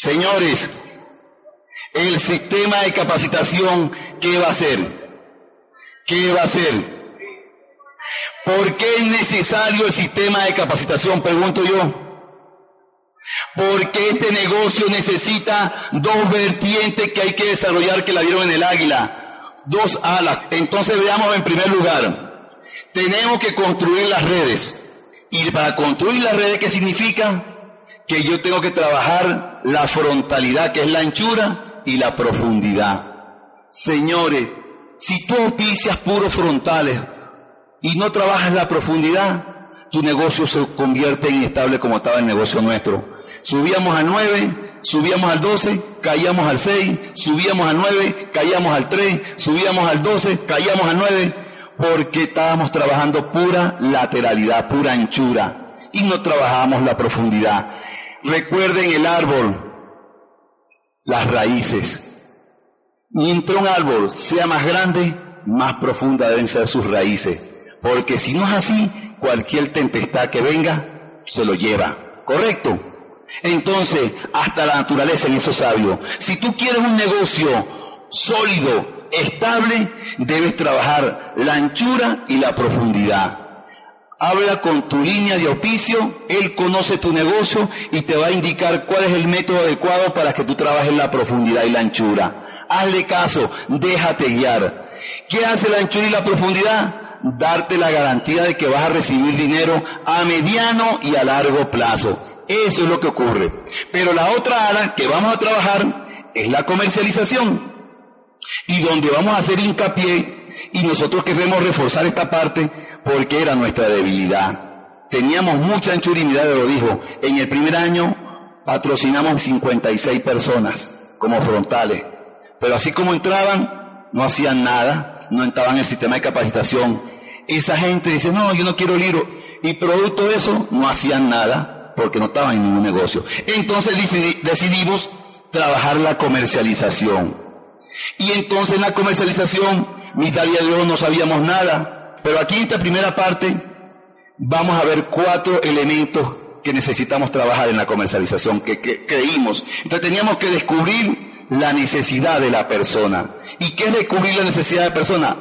Señores, el sistema de capacitación, ¿qué va a hacer? ¿Qué va a hacer? ¿Por qué es necesario el sistema de capacitación? Pregunto yo. Porque este negocio necesita dos vertientes que hay que desarrollar, que la vieron en el águila. Dos alas. Entonces veamos en primer lugar. Tenemos que construir las redes. Y para construir las redes, ¿qué significa? Que yo tengo que trabajar la frontalidad, que es la anchura, y la profundidad. Señores, si tú auspicias puros frontales y no trabajas la profundidad, tu negocio se convierte en inestable como estaba el negocio nuestro. Subíamos al 9, subíamos al 12, caíamos al 6, subíamos al 9, caíamos al 3, subíamos al 12, caíamos al 9, porque estábamos trabajando pura lateralidad, pura anchura, y no trabajábamos la profundidad. Recuerden el árbol, las raíces. Mientras un árbol sea más grande, más profunda deben ser sus raíces, porque si no es así, cualquier tempestad que venga se lo lleva, ¿correcto? Entonces, hasta la naturaleza en eso es sabio. Si tú quieres un negocio sólido, estable, debes trabajar la anchura y la profundidad. Habla con tu línea de auspicio, él conoce tu negocio y te va a indicar cuál es el método adecuado para que tú trabajes la profundidad y la anchura. Hazle caso, déjate guiar. ¿Qué hace la anchura y la profundidad? Darte la garantía de que vas a recibir dinero a mediano y a largo plazo. Eso es lo que ocurre. Pero la otra ala que vamos a trabajar es la comercialización. Y donde vamos a hacer hincapié, y nosotros queremos reforzar esta parte porque era nuestra debilidad. Teníamos mucha anchura y mirad, lo dijo. En el primer año patrocinamos 56 personas como frontales. Pero así como entraban, no hacían nada, no entraban en el sistema de capacitación. Esa gente dice, no, yo no quiero libro. Y producto de eso, no hacían nada, porque no estaban en ningún negocio. Entonces decidimos trabajar la comercialización. Y entonces en la comercialización, mitad de Dios no sabíamos nada. Pero aquí en esta primera parte, vamos a ver 4 elementos que necesitamos trabajar en la comercialización, que creímos. Entonces teníamos que descubrir la necesidad de la persona. ¿Y qué es descubrir la necesidad de la persona?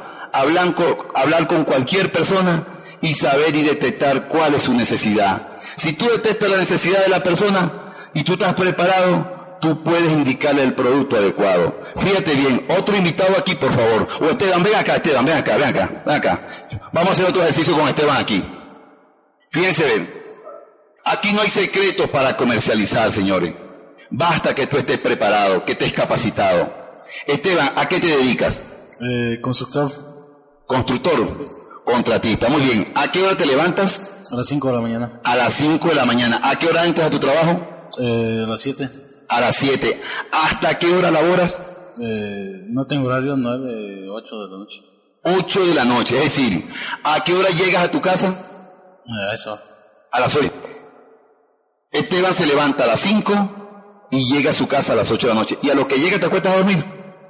Hablar con cualquier persona y saber y detectar cuál es su necesidad. Si tú detectas la necesidad de la persona y tú estás preparado, tú puedes indicarle el producto adecuado. Fíjate bien, otro invitado aquí, por favor. O Esteban, ven acá, Esteban, ven acá. Vamos a hacer otro ejercicio con Esteban aquí. Fíjense bien. Aquí no hay secretos para comercializar, señores. Basta que tú estés preparado, que estés capacitado. Esteban, ¿a qué te dedicas? Constructor. Constructor, contratista, muy bien. ¿A qué hora te levantas? A las 5 de la mañana. A las 5 de la mañana. ¿A qué hora entras a tu trabajo? A las 7. A las 7. ¿Hasta qué hora laboras? No tengo horario, 9, 8 de la noche. 8 de la noche, es decir, ¿a qué hora llegas a tu casa? A eso. A las 8. Esteban se levanta a las 5 y llega a su casa a las 8 de la noche. ¿Y a lo que llega te acuestas a dormir?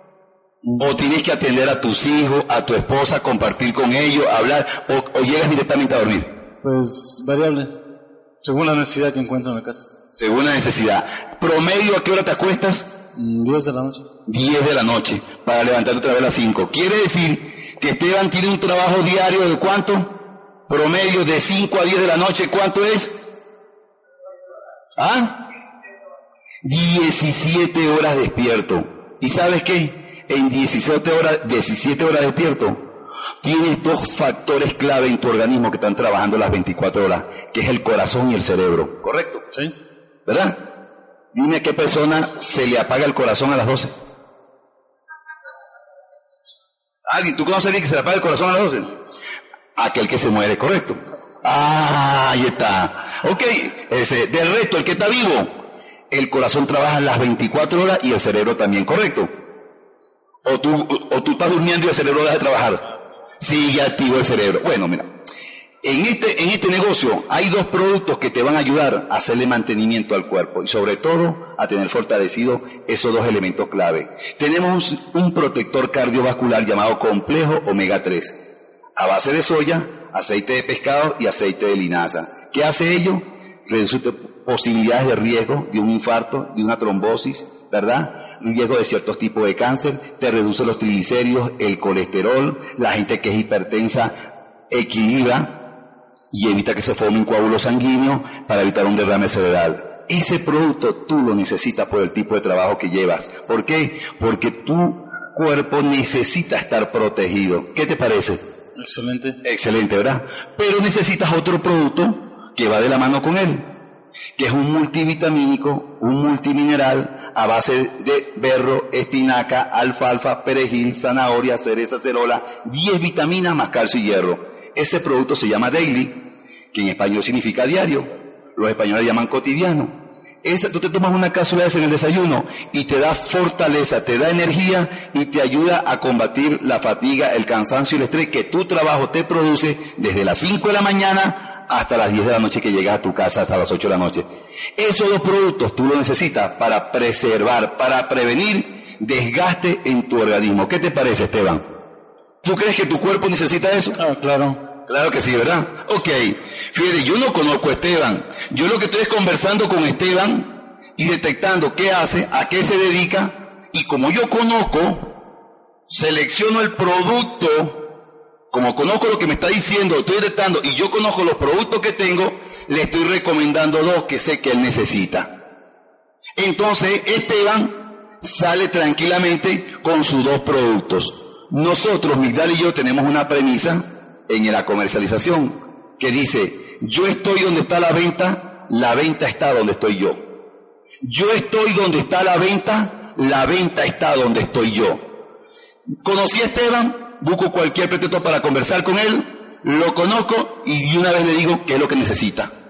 O tienes que atender a tus hijos, a tu esposa, compartir con ellos, hablar, o llegas directamente a dormir. Pues variable, según la necesidad que encuentro en la casa. Según la necesidad. ¿Promedio a qué hora te acuestas? 10 de la noche. 10 de la noche, para levantarte otra vez a las 5. Quiere decir que Esteban tiene un trabajo diario de ¿cuánto? Promedio de 5 a 10 de la noche, ¿cuánto es? 17 horas despierto. ¿Y sabes qué? En 17 horas despierto, tienes 2 factores clave en tu organismo que están trabajando las 24 horas, que es el corazón y el cerebro. ¿Correcto? Sí. ¿Verdad? Dime a qué persona se le apaga el corazón a las 12. ¿Alguien? ¿Tú conoces a alguien que se le apaga el corazón a las 12? Aquel que se muere, ¿correcto? Ahí está. Ok, del resto, el que está vivo, el corazón trabaja las 24 horas y el cerebro también, ¿correcto? O tú estás durmiendo y el cerebro deja de trabajar. Sigue activo el cerebro. Bueno, mira, en este negocio hay 2 productos que te van a ayudar a hacerle mantenimiento al cuerpo y sobre todo a tener fortalecido esos 2 elementos clave. Tenemos un protector cardiovascular llamado complejo omega 3, a base de soya, aceite de pescado y aceite de linaza. ¿Qué hace ello? Reduce posibilidades de riesgo de un infarto, de una trombosis, ¿verdad? Un riesgo de ciertos tipos de cáncer, te reduce los triglicéridos, el colesterol, la gente que es hipertensa equilibra y evita que se forme un coágulo sanguíneo para evitar un derrame cerebral. Ese producto tú lo necesitas por el tipo de trabajo que llevas. ¿Por qué? Porque tu cuerpo necesita estar protegido. ¿Qué te parece? Excelente. Excelente, ¿verdad? Pero necesitas otro producto que va de la mano con él, que es un multivitamínico, un multimineral a base de berro, espinaca, alfalfa, perejil, zanahoria, cereza, cerola, 10 vitaminas más calcio y hierro. Ese producto se llama Daily, que en español significa diario. Los españoles llaman cotidiano. Tú te tomas una cápsula en el desayuno y te da fortaleza, te da energía y te ayuda a combatir la fatiga, el cansancio y el estrés que tu trabajo te produce desde las 5 de la mañana hasta las 10 de la noche que llegas a tu casa, hasta las 8 de la noche. Esos dos productos tú los necesitas para preservar, para prevenir desgaste en tu organismo. ¿Qué te parece, Esteban? ¿Tú crees que tu cuerpo necesita eso? Ah, claro. Claro que sí, ¿verdad? Ok. Fíjate, yo no conozco a Esteban. Yo lo que estoy es conversando con Esteban y detectando qué hace, a qué se dedica. Y como yo conozco, selecciono el producto, como conozco lo que me está diciendo, estoy detectando y yo conozco los productos que tengo, le estoy recomendando dos que sé que él necesita. Entonces, Esteban sale tranquilamente con sus dos productos. Nosotros, Migdal y yo, tenemos una premisa en la comercialización que dice: yo estoy donde está la venta está donde estoy yo. Yo estoy donde está la venta está donde estoy yo. Conocí a Esteban, busco cualquier pretexto para conversar con él, lo conozco y de una vez le digo qué es lo que necesita.